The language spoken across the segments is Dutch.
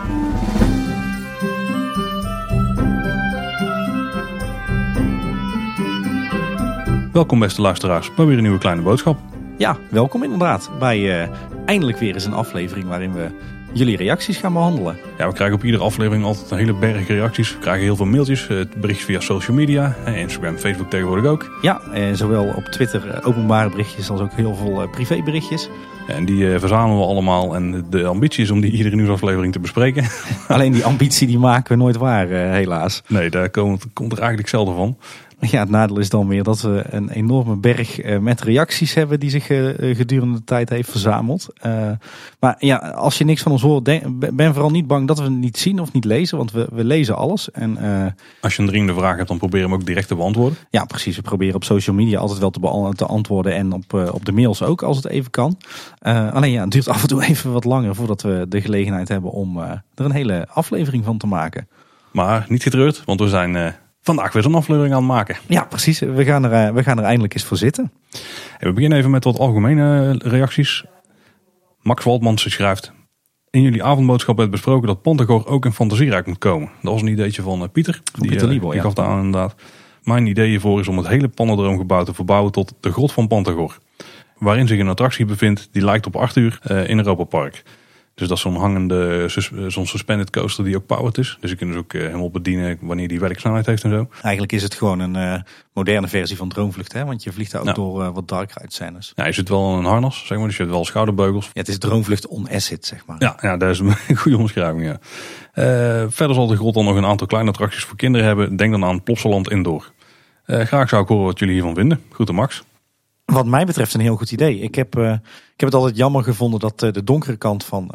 Welkom beste luisteraars bij weer een nieuwe kleine boodschap. Ja, welkom inderdaad bij eindelijk weer eens een aflevering waarin we jullie reacties gaan behandelen. Ja, we krijgen op iedere aflevering altijd een hele berg reacties. We krijgen heel veel mailtjes, berichtjes via social media, Instagram, Facebook tegenwoordig ook. Ja, zowel op Twitter openbare berichtjes als ook heel veel privéberichtjes. En die verzamelen we allemaal en de ambitie is om die iedere nieuwsaflevering te bespreken. Alleen die ambitie die maken we nooit waar, helaas. Nee, daar komt er eigenlijk zelden van. Ja, het nadeel is dan weer dat we een enorme berg met reacties hebben die zich gedurende de tijd heeft verzameld. Maar ja, als je niks van ons hoort, ben vooral niet bang dat we het niet zien of niet lezen, want we lezen alles. En, als je een dringende vraag hebt, dan probeer hem ook direct te beantwoorden. Ja, precies. We proberen op social media altijd wel te antwoorden en op de mails ook, als het even kan. Alleen ja, het duurt af en toe even wat langer voordat we de gelegenheid hebben om er een hele aflevering van te maken. Maar niet getreurd, want we zijn vandaag weer zo'n aflevering aan het maken. Ja, precies. We gaan er eindelijk eens voor zitten. We beginnen even met wat algemene reacties. Max Waldmans schrijft: in jullie avondboodschap werd besproken dat Pantagor ook in Fantasierijk moet komen. Dat was een ideetje van Pieter. Pieter Liebel, die gaf daar aan inderdaad. Mijn idee hiervoor is om het hele Panadroomgebouw te verbouwen tot de grot van Pantagor. Waarin zich een attractie bevindt die lijkt op Arthur in Europa Park. Dus dat is zo'n hangende, zo'n suspended coaster die ook powered is. Dus je kunt dus ook helemaal bedienen wanneer die werksnelheid heeft en zo. Eigenlijk is het gewoon een moderne versie van Droomvlucht, hè? Want je vliegt daar ook door wat dark ride scènes. Ja, je zit wel in een harnas, zeg maar. Dus je hebt wel schouderbeugels. Ja, het is Droomvlucht on acid, zeg maar. Ja, dat is een goede omschrijving, ja. Verder zal de grot dan nog een aantal kleine attracties voor kinderen hebben. Denk dan aan Plopsaland Indoor. Graag zou ik horen wat jullie hiervan vinden. Groeten Max. Wat mij betreft een heel goed idee. Ik heb het altijd jammer gevonden dat de donkere kant van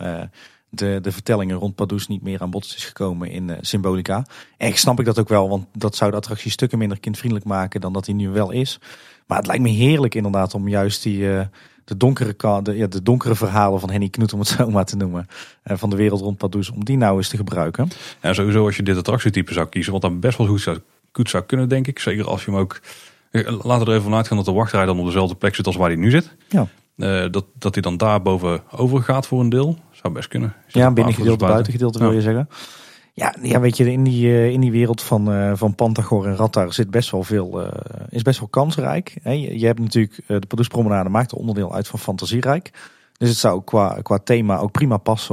de vertellingen rond Pardoes niet meer aan bod is gekomen in Symbolica. En snap ik dat ook wel, want dat zou de attractie stukken minder kindvriendelijk maken dan dat hij nu wel is. Maar het lijkt me heerlijk inderdaad om juist de donkere verhalen van Henny Knoet, om het zo maar te noemen, van de wereld rond Pardoes, om die nou eens te gebruiken. Ja, sowieso als je dit attractietype zou kiezen, wat dan best wel goed zou kunnen, denk ik. Zeker als je hem ook... Laten we er even vanuit gaan dat de wachtrij dan op dezelfde plek zit als waar hij nu zit. Ja. Dat hij dan daar boven over gaat voor een deel. Zou best kunnen. Ja, binnengedeelte, buitengedeelte wil je zeggen. Ja, weet je, in die wereld van Pantagor en Rattar zit best wel veel, is best wel kansrijk. Je hebt natuurlijk, de Pardoespromenade maakt er onderdeel uit van Fantasierijk. Dus het zou qua thema ook prima passen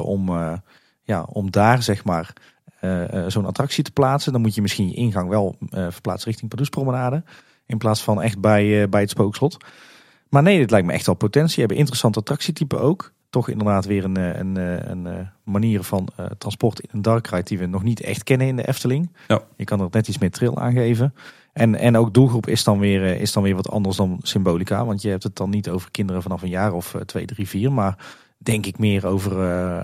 om daar zeg maar zo'n attractie te plaatsen. Dan moet je misschien je ingang wel verplaatsen richting Pardoespromenade. In plaats van echt bij het spookslot. Maar nee, dit lijkt me echt wel potentie. Je hebt een interessant attractietype ook. Toch inderdaad weer een manier van transport in een dark ride die we nog niet echt kennen in de Efteling. Ja. Je kan er net iets meer trill aan geven. En ook doelgroep is dan weer wat anders dan Symbolica. Want je hebt het dan niet over kinderen vanaf een jaar of 2, 3, 4. Maar denk ik meer over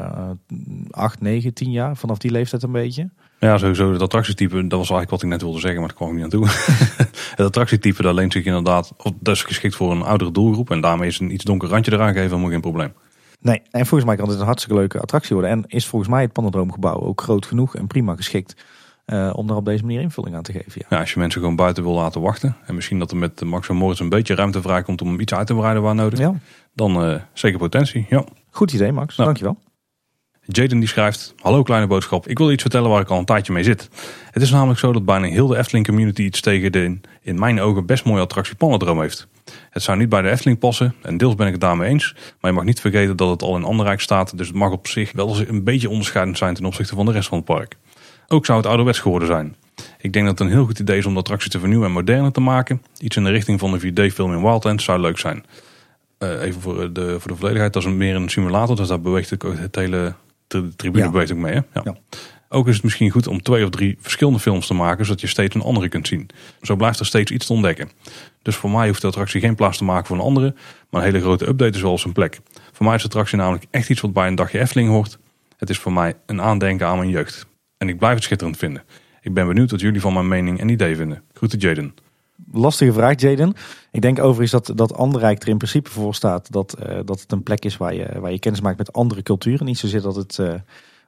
8, 9, 10 jaar. Vanaf die leeftijd een beetje. Ja, sowieso het attractietype, dat was eigenlijk wat ik net wilde zeggen, maar daar kwam ik niet aan toe. Het attractietype, dat leent zich inderdaad, dat is geschikt voor een oudere doelgroep. En daarmee is een iets donker randje eraan gegeven helemaal geen probleem. Nee, en volgens mij kan dit een hartstikke leuke attractie worden. En is volgens mij het Panadroomgebouw ook groot genoeg en prima geschikt om daar op deze manier invulling aan te geven. Ja, als je mensen gewoon buiten wil laten wachten. En misschien dat er met Max en Moritz een beetje ruimte vrijkomt om iets uit te breiden waar nodig. Ja. Dan zeker potentie, ja. Goed idee, Max. Nou. Dankjewel. Jaden die schrijft: hallo kleine boodschap, ik wil iets vertellen waar ik al een tijdje mee zit. Het is namelijk zo dat bijna heel de Efteling community iets tegen de in mijn ogen best mooie attractie Panadroom heeft. Het zou niet bij de Efteling passen en deels ben ik het daarmee eens. Maar je mag niet vergeten dat het al in Anderrijk staat. Dus het mag op zich wel eens een beetje onderscheidend zijn ten opzichte van de rest van het park. Ook zou het ouderwets geworden zijn. Ik denk dat het een heel goed idee is om de attractie te vernieuwen en moderner te maken. Iets in de richting van de 4D-film in Wildlands zou leuk zijn. Even voor de volledigheid, dat is meer een simulator. Dus daar beweegt ook het hele... De tribune beweegt ook mee, hè? Ja. Ook is het misschien goed om 2 of 3 verschillende films te maken, zodat je steeds een andere kunt zien. Zo blijft er steeds iets te ontdekken. Dus voor mij hoeft de attractie geen plaats te maken voor een andere, maar een hele grote update is wel op zijn plek. Voor mij is de attractie namelijk echt iets wat bij een dagje Efteling hoort. Het is voor mij een aandenken aan mijn jeugd. En ik blijf het schitterend vinden. Ik ben benieuwd wat jullie van mijn mening en idee vinden. Groeten Jaden. Lastige vraag, Jaden. Ik denk overigens dat Anderrijk er in principe voor staat dat het een plek is waar je kennis maakt met andere culturen. Niet zozeer dat het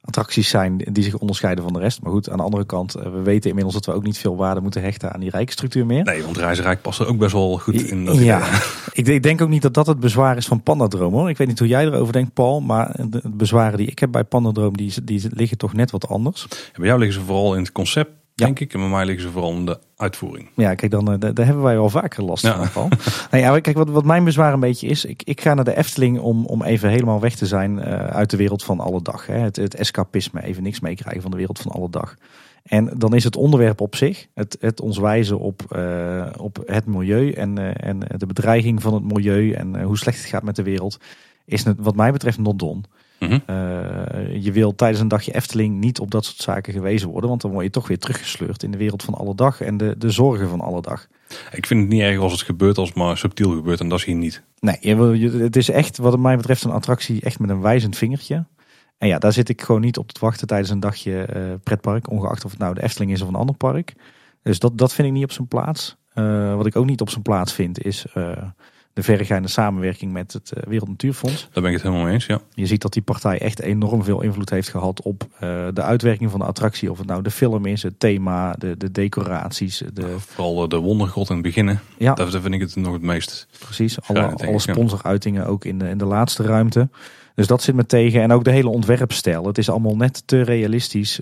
attracties zijn die zich onderscheiden van de rest. Maar goed, aan de andere kant, we weten inmiddels dat we ook niet veel waarde moeten hechten aan die rijksstructuur meer. Nee, want Reizenrijk past er ook best wel goed in. Ik denk ook niet dat dat het bezwaar is van Pandadroom, hoor. Ik weet niet hoe jij erover denkt, Paul, maar de bezwaren die ik heb bij Pandadroom, die liggen toch net wat anders. En bij jou liggen ze vooral in het concept, denk ik. En bij mij liggen ze vooral in de uitvoering. Ja, kijk, daar hebben wij wel vaker last van, Paul. Nou ja, kijk, wat mijn bezwaar een beetje is, ik ga naar de Efteling om even helemaal weg te zijn uit de wereld van alle dag. Hè. Het escapisme, even niks meekrijgen van de wereld van alle dag. En dan is het onderwerp op zich, het ons wijzen op het milieu en de bedreiging van het milieu en hoe slecht het gaat met de wereld, is wat mij betreft not done. Mm-hmm. Je wil tijdens een dagje Efteling niet op dat soort zaken gewezen worden, want dan word je toch weer teruggesleurd in de wereld van alle dag en de zorgen van alle dag. Ik vind het niet erg als het gebeurt, als het maar subtiel gebeurt, en dat is hier niet. Nee, het is echt wat mij betreft een attractie echt met een wijzend vingertje. En ja, daar zit ik gewoon niet op te wachten tijdens een dagje pretpark, ongeacht of het nou de Efteling is of een ander park. Dus dat vind ik niet op zijn plaats. Wat ik ook niet op zijn plaats vind is de verregaande samenwerking met het Wereld Natuurfonds. Daar ben ik het helemaal mee eens, ja. Je ziet dat die partij echt enorm veel invloed heeft gehad op de uitwerking van de attractie. Of het nou de film is, het thema, de decoraties. Vooral de wondergrot in het begin. Ja. Daar vind ik het nog het meest. Precies, alle sponsoruitingen ook in de laatste ruimte. Dus dat zit me tegen. En ook de hele ontwerpstijl. Het is allemaal net te realistisch.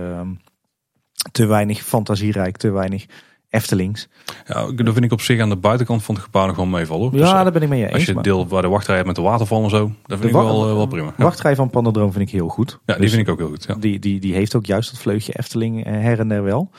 Te weinig fantasierijk, te weinig Eftelings. Ja, dat vind ik op zich aan de buitenkant van het gebouw nog wel meevallen. Ja, dus, daar ben ik mee eens. Als je het deel waar de wachtrij hebt met de waterval en zo, dat vind ik wel prima. De wachtrij van Pandadroom vind ik heel goed. Ja, die vind ik ook heel goed. Ja. Die heeft ook juist dat vleugje Efteling her en der wel.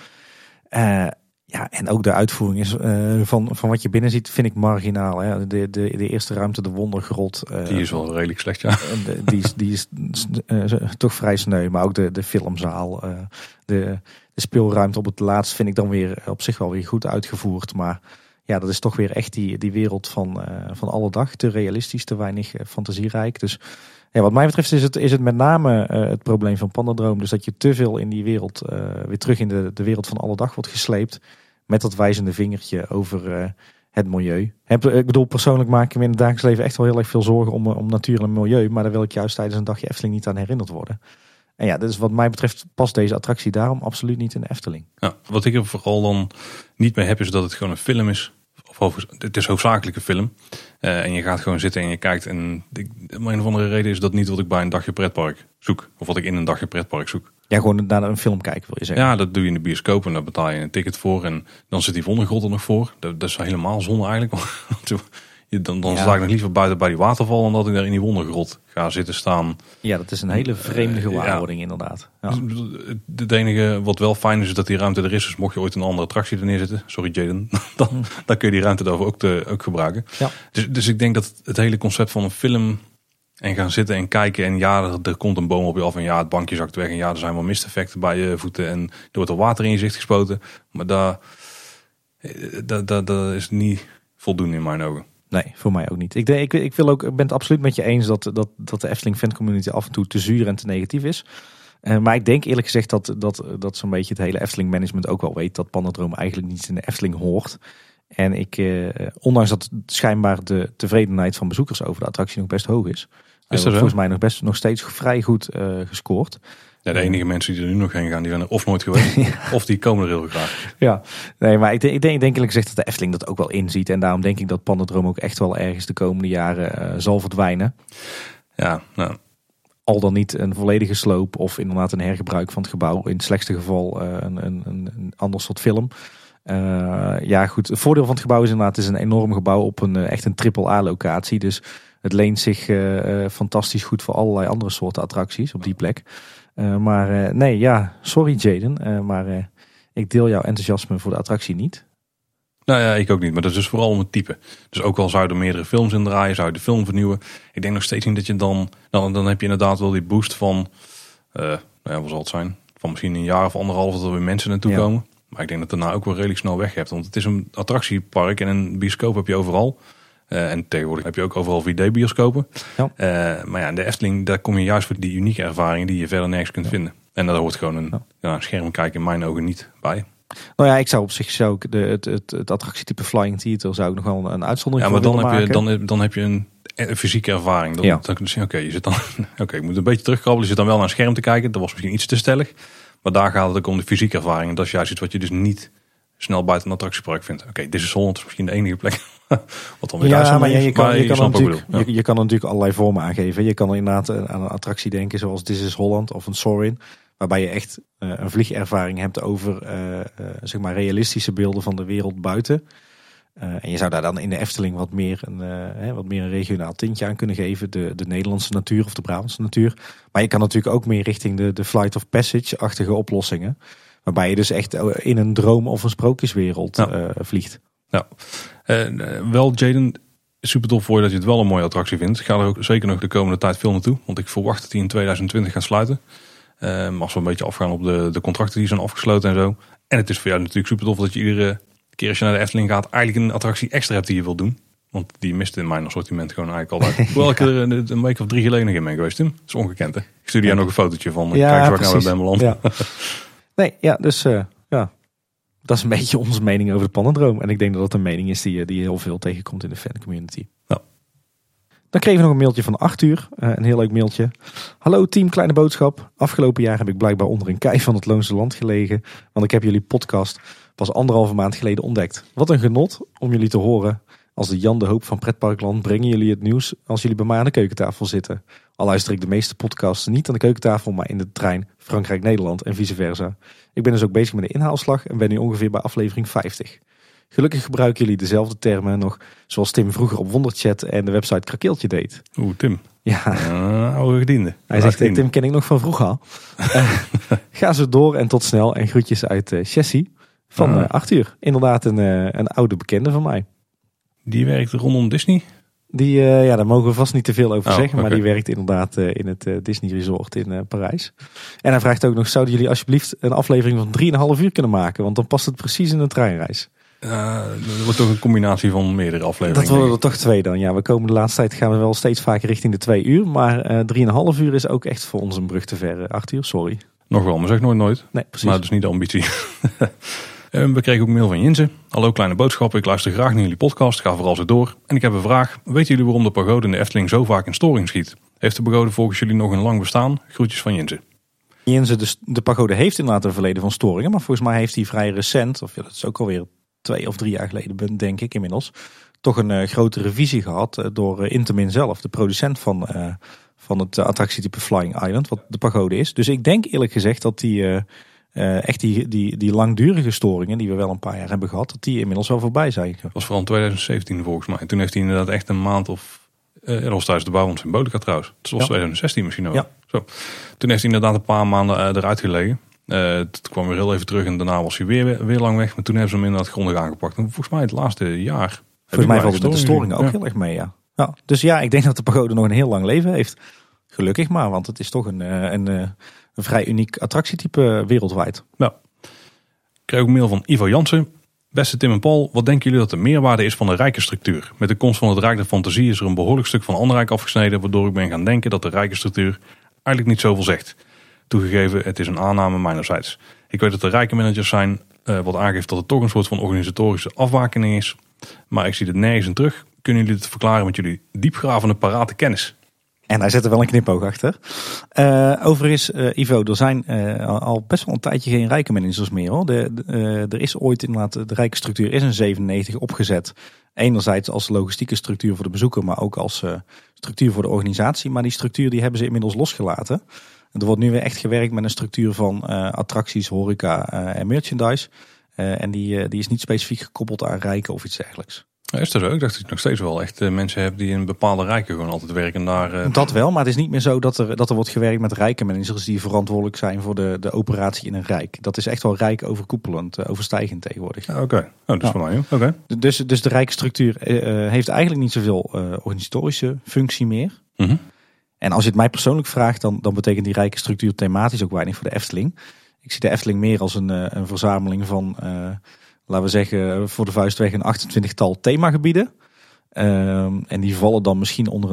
Ja, en ook de uitvoering is van wat je binnen ziet, vind ik marginaal. Hè. De eerste ruimte, de wondergrot. Die is wel redelijk slecht, ja. Die is toch vrij sneu. Maar ook de filmzaal, de speelruimte op het laatst vind ik dan weer op zich wel weer goed uitgevoerd. Maar ja, dat is toch weer echt die wereld van alle dag. Te realistisch, te weinig fantasierijk. Dus ja, wat mij betreft is het met name het probleem van Pandadroom. Dus dat je te veel in die wereld weer terug in de wereld van alle dag wordt gesleept. Met dat wijzende vingertje over het milieu. Ik bedoel, persoonlijk maak ik me in het dagelijks leven echt wel heel erg veel zorgen om natuur en milieu. Maar daar wil ik juist tijdens een dagje Efteling niet aan herinnerd worden. En ja, dus wat mij betreft past deze attractie daarom absoluut niet in de Efteling. Ja, wat ik er vooral dan niet mee heb is dat het gewoon een film is. Het is hoofdzakelijk een film. En je gaat gewoon zitten en je kijkt. En om een of andere reden is dat niet wat ik bij een dagje pretpark zoek. Of wat ik in een dagje pretpark zoek. Ja, gewoon naar een film kijken wil je zeggen. Ja, dat doe je in de bioscoop en daar betaal je een ticket voor. En dan zit die wondergrot er nog voor. Dat is helemaal zonde eigenlijk. Dan sta ik nog liever buiten bij die waterval dan dat ik daar in die wondergrot ga zitten staan. Ja, dat is een hele vreemde gewaarwording inderdaad. Ja. Het enige wat wel fijn is dat die ruimte er is. Dus mocht je ooit een andere attractie er neerzetten. Sorry Jaden. Dan kun je die ruimte daarvoor ook gebruiken. Ja. Dus ik denk dat het hele concept van een film en gaan zitten en kijken. En ja, er komt een boom op je af. En ja, het bankje zakt weg. En ja, er zijn wel misteffecten bij je voeten. En er wordt er water in je gezicht gespoten. Maar dat is niet voldoende in mijn ogen. Nee, voor mij ook niet. Ik ben het absoluut met je eens dat de Efteling fan community af en toe te zuur en te negatief is. Maar ik denk eerlijk gezegd dat zo'n beetje het hele Efteling management ook wel weet dat Pandadroom eigenlijk niet in de Efteling hoort. En ondanks dat schijnbaar de tevredenheid van bezoekers over de attractie nog best hoog is. Is dat volgens mij nog steeds vrij goed gescoord. Ja, de enige mensen die er nu nog heen gaan, die zijn er of nooit geweest, ja. Of die komen er heel graag. Ja, nee, maar ik denk eerlijk gezegd dat de Efteling dat ook wel inziet. En daarom denk ik dat Pandadroom ook echt wel ergens de komende jaren zal verdwijnen. Ja, nou. Al dan niet een volledige sloop of inderdaad een hergebruik van het gebouw. In het slechtste geval een ander soort film. Ja goed, het voordeel van het gebouw is inderdaad, het is een enorm gebouw op echt een AAA-locatie. Dus het leent zich fantastisch goed voor allerlei andere soorten attracties op die plek. Maar nee, ja, sorry Jaden, maar ik deel jouw enthousiasme voor de attractie niet. Nou ja, ik ook niet, maar dat is dus vooral om het type. Dus ook al zou je er meerdere films in draaien, zou je de film vernieuwen. Ik denk nog steeds niet dat je dan heb je inderdaad wel die boost van, wat zal het zijn? Van misschien een jaar of anderhalf dat er weer mensen naartoe komen. Maar ik denk dat daarna ook wel redelijk snel weg hebt. Want het is een attractiepark en een bioscoop heb je overal. En tegenwoordig heb je ook overal 4D-bioscopen. Ja. Maar ja, in de Efteling, daar kom je juist voor die unieke ervaringen die je verder nergens kunt vinden. En daar hoort gewoon een schermkijken in mijn ogen niet bij. Nou ja, ik zou op zich het attractietype Flying Theater zou ik nog wel een uitzondering voor willen maken. Dan heb je een een fysieke ervaring. Dan kun je zien, je zit dan, ik moet een beetje terugkrabbelen. Je zit dan wel naar een scherm te kijken. Dat was misschien iets te stellig. Maar daar gaat het ook om de fysieke ervaring. En dat is juist iets wat je dus niet snel buiten een attractiepark vindt. This is Holland is misschien de enige plek wat dan weer maar je kan natuurlijk allerlei vormen aangeven. Je kan inderdaad aan een attractie denken zoals This is Holland of een Soarin'. Waarbij je echt een vliegervaring hebt over zeg maar realistische beelden van de wereld buiten. En je zou daar dan in de Efteling wat meer een regionaal tintje aan kunnen geven. De Nederlandse natuur of de Brabantse natuur. Maar je kan natuurlijk ook meer richting de Flight of Passage-achtige oplossingen. Waarbij je dus echt in een droom of een sprookjeswereld vliegt. Ja, wel Jaden, super tof voor je dat je het wel een mooie attractie vindt. Ik ga er ook zeker nog de komende tijd veel naartoe. Want ik verwacht dat hij in 2020 gaat sluiten. Als we een beetje afgaan op de contracten die zijn afgesloten en zo. En het is voor jou natuurlijk super tof dat je iedere keer als je naar de Efteling gaat eigenlijk een attractie extra hebt die je wilt doen. Want die mist in mijn assortiment gewoon eigenlijk altijd. Hoewel ik er een week of 3 geleden nog in ben geweest, Tim. Dat is ongekend, hè? Ik stuurde jij nog een fotootje van. Ja, kijk waar ik nou weer ben beland. Ja. Nee, ja, dus dat is een beetje onze mening over de Pannendroom. En ik denk dat het een mening is die heel veel tegenkomt in de fancommunity. Ja. Dan kregen we nog een mailtje van Arthur. Een heel leuk mailtje. Hallo team Kleine Boodschap. Afgelopen jaar heb ik blijkbaar onder een kei van het Loonse Land gelegen. Want ik heb jullie podcast pas 1,5 maand geleden ontdekt. Wat een genot om jullie te horen. Als de Jan de Hoop van Pretparkland brengen jullie het nieuws als jullie bij mij aan de keukentafel zitten. Al luister ik de meeste podcasts niet aan de keukentafel, maar in de trein Frankrijk-Nederland en vice versa. Ik ben dus ook bezig met de inhaalslag en ben nu ongeveer bij aflevering 50. Gelukkig gebruiken jullie dezelfde termen nog zoals Tim vroeger op Wonderchat en de website Krakeeltje deed. Oeh, Tim. Ja. Oude gediende. Hij zegt, Tim ken ik nog van vroeger al. Ga zo door en tot snel en groetjes uit Chessie van Arthur. Inderdaad een oude bekende van mij. Die werkt rondom Disney? Daar mogen we vast niet te veel over zeggen. Maar die werkt inderdaad in het Disney Resort in Parijs. En hij vraagt ook nog, zouden jullie alsjeblieft een aflevering van 3,5 uur kunnen maken? Want dan past het precies in een treinreis. Dat wordt toch een combinatie van meerdere afleveringen. Dat worden er toch 2 dan. Ja, we komen de laatste tijd gaan we wel steeds vaker richting de 2 uur. Maar 3,5 uur is ook echt voor ons een brug te ver. Arthur, sorry. Nog wel, maar zeg nooit. Nee, precies. Maar dat is niet de ambitie. We kregen ook een mail van Jinze. Hallo Kleine Boodschap, ik luister graag naar jullie podcast, ga vooral zo door. En ik heb een vraag. Weten jullie waarom de pagode in de Efteling zo vaak in storing schiet? Heeft de pagode volgens jullie nog een lang bestaan? Groetjes van Jinze. Jinze, de pagode heeft inderdaad een verleden van storingen. Maar volgens mij heeft hij vrij recent, of dat is ook alweer 2 of 3 jaar geleden denk ik inmiddels, toch een grote revisie gehad door Intamin zelf, de producent van het attractietype Flying Island, wat de pagode is. Dus ik denk eerlijk gezegd dat die langdurige storingen die we wel een paar jaar hebben gehad, dat die inmiddels wel voorbij zijn. Dat was vooral in 2017 volgens mij. Toen heeft hij inderdaad echt een maand of... dat was tijdens de bouw van Symbolica trouwens. Het was 2016 misschien ook. Ja. Zo. Toen heeft hij inderdaad een paar maanden eruit gelegen. Het kwam weer heel even terug en daarna was hij weer lang weg. Maar toen hebben ze hem inderdaad grondig aangepakt. En volgens mij het laatste jaar... Volgens mij valt de storingen ook heel erg mee, ja. Dus ja, ik denk dat de pagode nog een heel lang leven heeft. Gelukkig maar, want het is toch een vrij uniek attractietype wereldwijd. Nou, ik kreeg ook een mail van Ivo Jansen. Beste Tim en Paul, wat denken jullie dat de meerwaarde is van de rijkenstructuur? Met de komst van het Rijk der Fantasie is er een behoorlijk stuk van Anderrijk afgesneden, waardoor ik ben gaan denken dat de rijkenstructuur eigenlijk niet zoveel zegt. Toegegeven, het is een aanname mijnerzijds. Ik weet dat er rijke managers zijn, wat aangeeft dat het toch een soort van organisatorische afwakening is. Maar ik zie het nergens in terug. Kunnen jullie het verklaren met jullie diepgravende parate kennis? En hij zet er wel een knipoog achter. Overigens, Ivo, er zijn al best wel een tijdje geen rijke managers meer, hoor. Er is ooit inderdaad, de rijke structuur is in 97 opgezet. Enerzijds als logistieke structuur voor de bezoeker, maar ook als structuur voor de organisatie. Maar die structuur die hebben ze inmiddels losgelaten. Er wordt nu weer echt gewerkt met een structuur van attracties, horeca en merchandise. En die is niet specifiek gekoppeld aan rijken of iets dergelijks. Is dat zo? Ik dacht dat je nog steeds wel echt mensen hebt die in bepaalde rijken gewoon altijd werken. Dat wel, maar het is niet meer zo dat er wordt gewerkt met rijke managers die verantwoordelijk zijn voor de operatie in een rijk. Dat is echt wel rijk overkoepelend, overstijgend tegenwoordig. Oké. Dat is voor mij. Oké. Dus de rijksstructuur heeft eigenlijk niet zoveel organisatorische functie meer. Mm-hmm. En als je het mij persoonlijk vraagt, dan betekent die rijke structuur thematisch ook weinig voor de Efteling. Ik zie de Efteling meer als een verzameling van... laten we zeggen, voor de vuistweg een 28-tal themagebieden. En die vallen dan misschien onder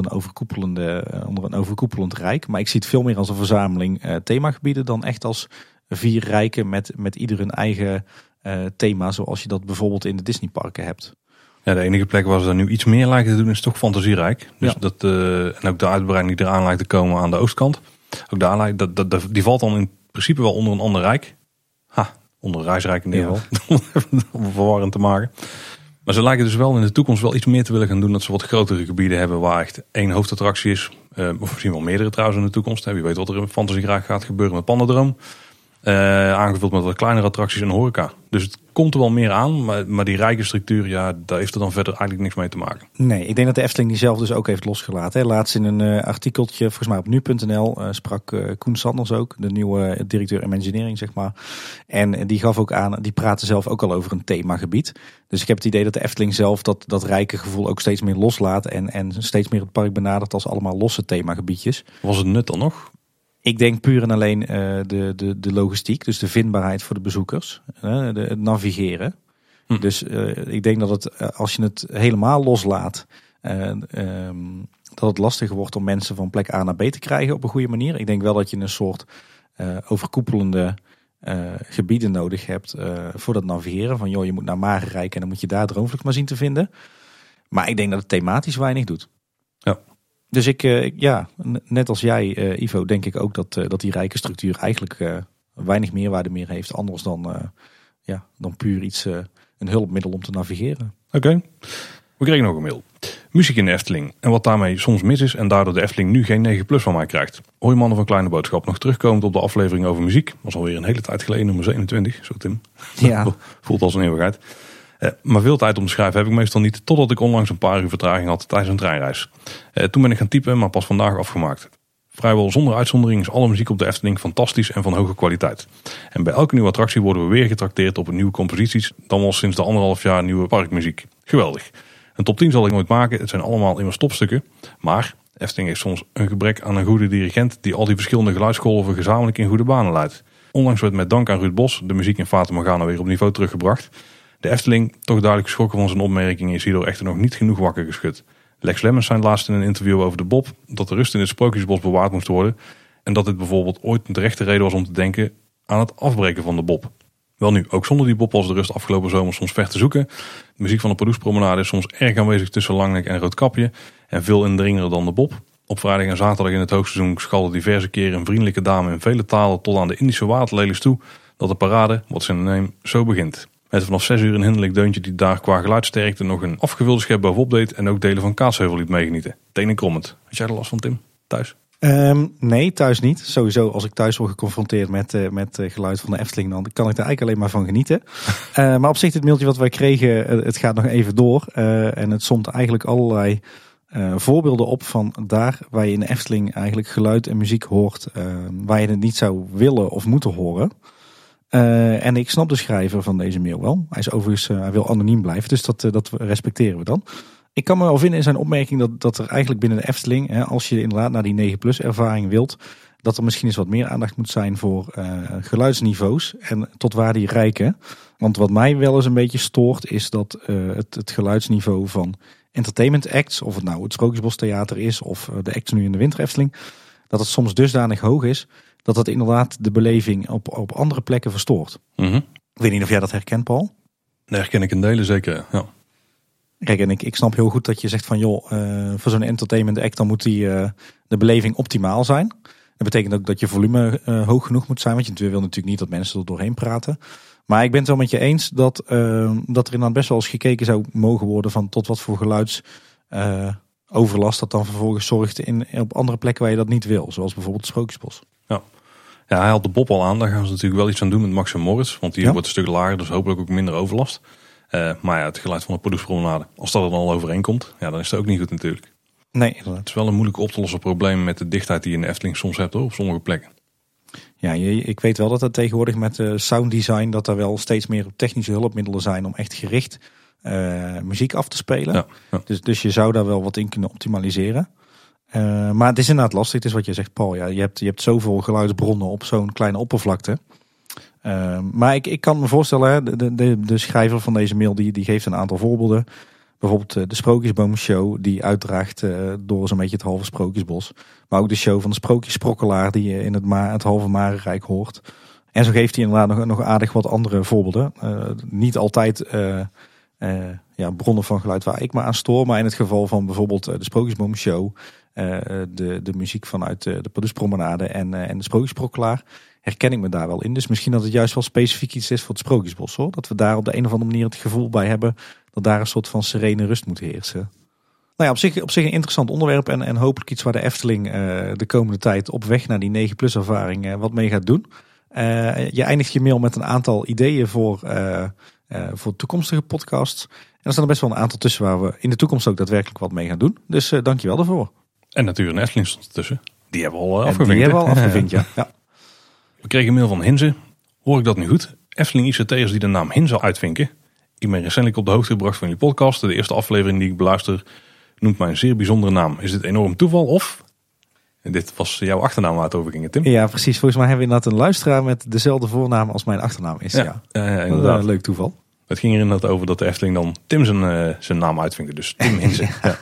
een overkoepelend rijk. Maar ik zie het veel meer als een verzameling themagebieden dan echt als 4 rijken met ieder hun eigen thema. Zoals je dat bijvoorbeeld in de Disneyparken hebt. Ja, de enige plek waar ze daar nu iets meer lijken te doen is toch Fantasierijk. Dus Ja. En ook de uitbreiding die eraan lijkt te komen aan de oostkant. Ook daar die valt dan in principe wel onder een ander rijk. Onder een reisrijk in ieder geval. Om verwarrend te maken. Maar ze lijken dus wel in de toekomst wel iets meer te willen gaan doen. Dat ze wat grotere gebieden hebben waar echt één hoofdattractie is. Of misschien wel meerdere trouwens in de toekomst. Wie weet wat er in Fantasierijk gaat gebeuren met Pandadroom. Aangevuld met wat kleinere attracties en horeca. Dus het komt er wel meer aan. Maar die rijke structuur, ja, daar heeft er dan verder eigenlijk niks mee te maken. Nee, ik denk dat de Efteling die zelf dus ook heeft losgelaten. Hè. Laatst in een artikeltje, volgens mij op nu.nl, sprak Koen Sanders ook. De nieuwe directeur Imagineering, zeg maar. En die gaf ook aan, die praatte zelf ook al over een themagebied. Dus ik heb het idee dat de Efteling zelf dat rijke gevoel ook steeds meer loslaat. En steeds meer het park benadert als allemaal losse themagebiedjes. Was het nut dan nog? Ik denk puur en alleen de logistiek, dus de vindbaarheid voor de bezoekers, het navigeren. Dus ik denk dat het, als je het helemaal loslaat, dat het lastiger wordt om mensen van plek A naar B te krijgen op een goede manier. Ik denk wel dat je een soort overkoepelende gebieden nodig hebt voor dat navigeren. Van joh, je moet naar Marenrijk en dan moet je daar Droomvlucht maar zien te vinden. Maar ik denk dat het thematisch weinig doet. Ja. Dus net als jij, Ivo, denk ik ook dat die rijke structuur eigenlijk weinig meerwaarde meer heeft. Anders dan puur een hulpmiddel om te navigeren. Oké. We kregen nog een mail. Muziek in de Efteling. En wat daarmee soms mis is en daardoor de Efteling nu geen 9+ van mij krijgt. Hoi mannen van Kleine Boodschap. Nog terugkomend op de aflevering over muziek. Was alweer een hele tijd geleden, nummer 27. Zo Tim. Ja. Voelt als een eeuwigheid. Maar veel tijd om te schrijven heb ik meestal niet, totdat ik onlangs een paar uur vertraging had tijdens een treinreis. Toen ben ik gaan typen, maar pas vandaag afgemaakt. Vrijwel zonder uitzondering is alle muziek op de Efteling fantastisch en van hoge kwaliteit. En bij elke nieuwe attractie worden we weer getrakteerd op nieuwe composities, dan wel sinds de 1,5 jaar nieuwe parkmuziek. Geweldig. Een top 10 zal ik nooit maken, het zijn allemaal immers topstukken. Maar Efteling heeft soms een gebrek aan een goede dirigent die al die verschillende geluidsgolven gezamenlijk in goede banen leidt. Onlangs werd met dank aan Ruud Bos de muziek in Fata Morgana weer op niveau teruggebracht. De Efteling, toch duidelijk geschrokken van zijn opmerkingen, is hierdoor echter nog niet genoeg wakker geschud. Lex Lemmens zei laatst in een interview over de Bob dat de rust in het Sprookjesbos bewaard moest worden. En dat dit bijvoorbeeld ooit de rechte reden was om te denken aan het afbreken van de Bob. Wel nu, ook zonder die Bob was de rust afgelopen zomer soms ver te zoeken. De muziek van de Pardoespromenade is soms erg aanwezig tussen Langnek en Roodkapje. En veel indringender dan de Bob. Op vrijdag en zaterdag in het hoogseizoen schalde diverse keren een vriendelijke dame in vele talen tot aan de Indische waterlelies toe dat de parade, wat zijn neem, zo begint. Met vanaf 6 uur een hinderlijk deuntje die daar qua geluidsterkte nog een afgevulde schep bovenop deed en ook delen van Kaatsheuvel liet meegenieten. Tenen krommend. Had jij er last van, Tim? Thuis? Nee, thuis niet. Sowieso als ik thuis word geconfronteerd met geluid van de Efteling, dan kan ik daar eigenlijk alleen maar van genieten. Maar op zich, dit mailtje wat wij kregen, het gaat nog even door. En het somt eigenlijk allerlei voorbeelden op van daar waar je in de Efteling eigenlijk geluid en muziek hoort waar je het niet zou willen of moeten horen. En ik snap de schrijver van deze mail wel. Hij is overigens, hij wil anoniem blijven, dus dat respecteren we dan. Ik kan me wel vinden in zijn opmerking dat er eigenlijk binnen de Efteling, als je inderdaad naar die 9+ ervaring wilt, dat er misschien eens wat meer aandacht moet zijn voor geluidsniveaus en tot waar die reiken. Want wat mij wel eens een beetje stoort is dat het geluidsniveau van entertainment acts, of het nou het Sprookjesbos Theater is of de acts nu in de Winter Efteling, dat het soms dusdanig hoog is dat het inderdaad de beleving op andere plekken verstoort. Mm-hmm. Ik weet niet of jij dat herkent, Paul? Dat herken ik in delen zeker, ja. Kijk, en ik snap heel goed dat je zegt van joh, voor zo'n entertainment act dan moet de beleving optimaal zijn. Dat betekent ook dat je volume hoog genoeg moet zijn, want je wil natuurlijk niet dat mensen er doorheen praten. Maar ik ben het wel met je eens dat er inderdaad best wel eens gekeken zou mogen worden van tot wat voor geluidsoverlast dat dan vervolgens zorgt op andere plekken waar je dat niet wil. Zoals bijvoorbeeld het Sprookjesbos. Ja, hij had de Bob al aan. Daar gaan ze natuurlijk wel iets aan doen met Max en Moritz. Want die wordt een stuk lager, dus hopelijk ook minder overlast. Maar ja, het geluid van de Pardoespromenade, als dat er dan al overeenkomt, ja, dan is het ook niet goed natuurlijk. Nee, inderdaad. Het is wel een moeilijk op te lossen probleem met de dichtheid die je in de Efteling soms hebt hoor, op sommige plekken. Ja, ik weet wel dat er tegenwoordig met sound design dat er wel steeds meer technische hulpmiddelen zijn om echt gericht muziek af te spelen. Ja. Dus je zou daar wel wat in kunnen optimaliseren. Maar het is inderdaad lastig. Het is wat je zegt, Paul. Ja, je hebt zoveel geluidsbronnen op zo'n kleine oppervlakte. Maar ik kan me voorstellen, de schrijver van deze mail die geeft een aantal voorbeelden. Bijvoorbeeld de Sprookjesboomshow die uitdraagt door zo'n beetje het halve Sprookjesbos. Maar ook de show van de Sprookjesprokkelaar die je in het halve Marenrijk hoort. En zo geeft hij inderdaad nog aardig wat andere voorbeelden. Niet altijd bronnen van geluid waar ik me aan stoor. Maar in het geval van bijvoorbeeld de Sprookjesboom Show, de muziek vanuit de Pardoespromenade en de Sprookjesprokkelaar, herken ik me daar wel in. Dus misschien dat het juist wel specifiek iets is voor het Sprookjesbos, hoor. Dat we daar op de een of andere manier het gevoel bij hebben dat daar een soort van serene rust moet heersen. Nou ja, op zich een interessant onderwerp en hopelijk iets waar de Efteling de komende tijd op weg naar die 9+ ervaring wat mee gaat doen. Je eindigt je mail met een aantal ideeën voor toekomstige podcasts. En er staan er best wel een aantal tussen waar we in de toekomst ook daadwerkelijk wat mee gaan doen. Dus dankjewel daarvoor. En natuurlijk een Efteling stond ertussen. Die hebben we al afgevinkt. Die hebben we al afgevinkt, ja. We kregen een mail van Hinze. Hoor ik dat nu goed? Efteling ICT'ers die de naam Hinze uitvinken. Ik ben recentelijk op de hoogte gebracht van jullie podcast. De eerste aflevering die ik beluister noemt mij een zeer bijzondere naam. Is dit enorm toeval of... En dit was jouw achternaam waar het over ging, Tim. Ja, precies. Volgens mij hebben we inderdaad een luisteraar met dezelfde voornaam als mijn achternaam is. Ja. Inderdaad. Een leuk toeval. Het ging er inderdaad over dat de Efteling dan Tim zijn naam uitvinkte. Dus Tim Hinze. Ja.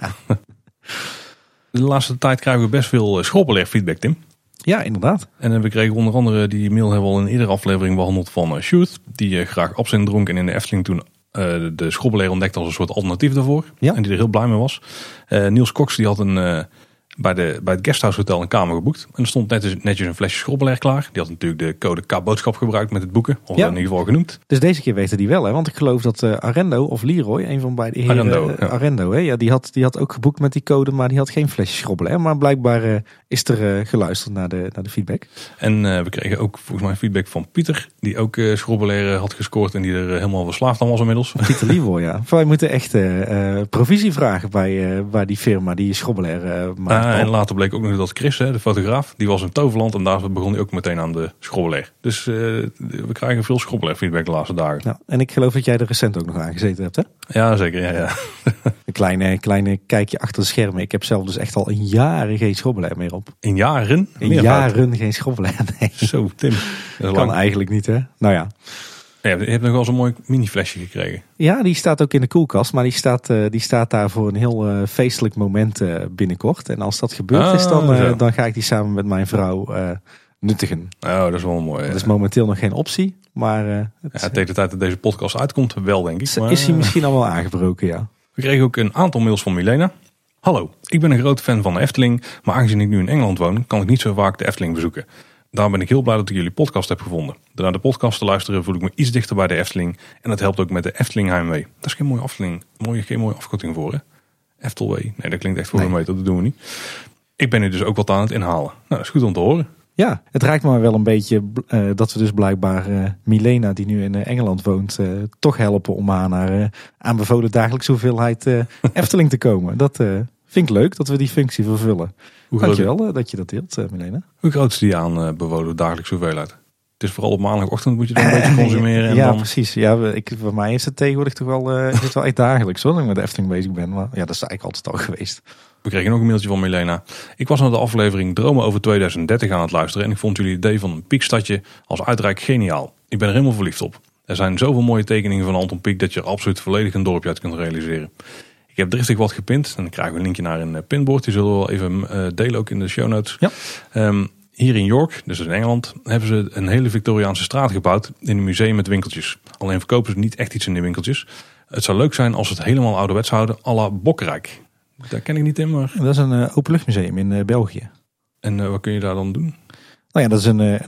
De laatste tijd krijgen we best veel schrobbelair feedback, Tim. Ja, inderdaad. En we kregen onder andere die mail hebben we al in iedere aflevering behandeld van Sjoerd. Die graag absint dronk en in de Efteling toen de schrobbelair ontdekte als een soort alternatief daarvoor. Ja. En die er heel blij mee was. Niels Cox die had bij het Guesthouse Hotel een kamer geboekt. En er stond netjes een flesje schrobbelair klaar. Die had natuurlijk de code K-boodschap gebruikt met het boeken. Of in ieder geval genoemd. Dus deze keer weten die wel, hè? Want ik geloof dat Arendo of Leroy, een van beide heren, Arendo, hè? Ja, die had ook geboekt met die code, maar die had geen flesje schrobbelair. Maar blijkbaar is er geluisterd naar de feedback. En we kregen ook volgens mij feedback van Pieter. Die ook schrobbelair had gescoord en die er helemaal verslaafd aan was inmiddels. Pieter Leroy, ja. Wij moeten echt provisie vragen bij die firma die schrobbelair maakt. En later bleek ook nog dat Chris, de fotograaf, die was in Toverland en daar begon hij ook meteen aan de schrobbelair. Dus we krijgen veel schrobbelair feedback de laatste dagen. Ja, en ik geloof dat jij er recent ook nog aan gezeten hebt, hè? Ja, zeker. Ja. Een kleine kijkje achter de schermen. Ik heb zelf dus echt al in jaren geen schrobbelair meer op. In jaren? In jaren geen schrobbelair, nee. Zo, Tim. Dat kan eigenlijk niet, hè? Nou ja. Ja, je hebt nog wel zo'n mooi mini flesje gekregen. Ja, die staat ook in de koelkast. Maar die staat daar voor een heel feestelijk moment binnenkort. En als dat gebeurd is, dan ga ik die samen met mijn vrouw nuttigen. Oh, dat is wel mooi. Dat is momenteel nog geen optie. Maar tegen de tijd dat deze podcast uitkomt, wel denk ik. Maar, is hij misschien al wel aangebroken, ja. We kregen ook een aantal mails van Milena. Hallo, ik ben een grote fan van de Efteling. Maar aangezien ik nu in Engeland woon, kan ik niet zo vaak de Efteling bezoeken. Daarom ben ik heel blij dat ik jullie podcast heb gevonden. Door naar de podcast te luisteren voel ik me iets dichter bij de Efteling. En dat helpt ook met de Efteling Heimwee. Dat is geen mooie afkorting. Geen mooie afkorting voor, hè? Eftelwee. Nee, dat klinkt echt voor een meter. Dat doen we niet. Ik ben nu dus ook wat aan het inhalen. Nou, dat is goed om te horen. Ja, het raakt me wel een beetje dat we dus blijkbaar Milena, die nu in Engeland woont, toch helpen om aan haar aanbevolen dagelijkse hoeveelheid Efteling te komen. Dat vind ik leuk dat we die functie vervullen. Dankjewel dat je dat deelt, Milena. Hoe groot is die aanbevolen dagelijkse hoeveelheid? Het is vooral op maandagochtend moet je dan een beetje consumeren. En ja, dan... precies. Ja, bij mij is het tegenwoordig toch wel, echt dagelijks hoor, dat ik met de Efteling bezig ben. Maar ja, dat is eigenlijk altijd al geweest. We kregen ook een mailtje van Milena. Ik was naar de aflevering Dromen over 2030 aan het luisteren. En ik vond jullie idee van een piekstadje als uitreik geniaal. Ik ben er helemaal verliefd op. Er zijn zoveel mooie tekeningen van Anton Pieck dat je er absoluut volledig een dorpje uit kunt realiseren. Ik heb driftig wat gepint. En dan krijgen we een linkje naar een pinboard. Die zullen we wel even delen ook in de show notes. Ja. Hier in York, dus in Engeland, hebben ze een hele Victoriaanse straat gebouwd in een museum met winkeltjes. Alleen verkopen ze niet echt iets in die winkeltjes. Het zou leuk zijn als ze het helemaal ouderwets houden, à la Bokkerijk. Daar ken ik niet in, maar... Dat is een openluchtmuseum in België. En wat kun je daar dan doen? Nou ja, dat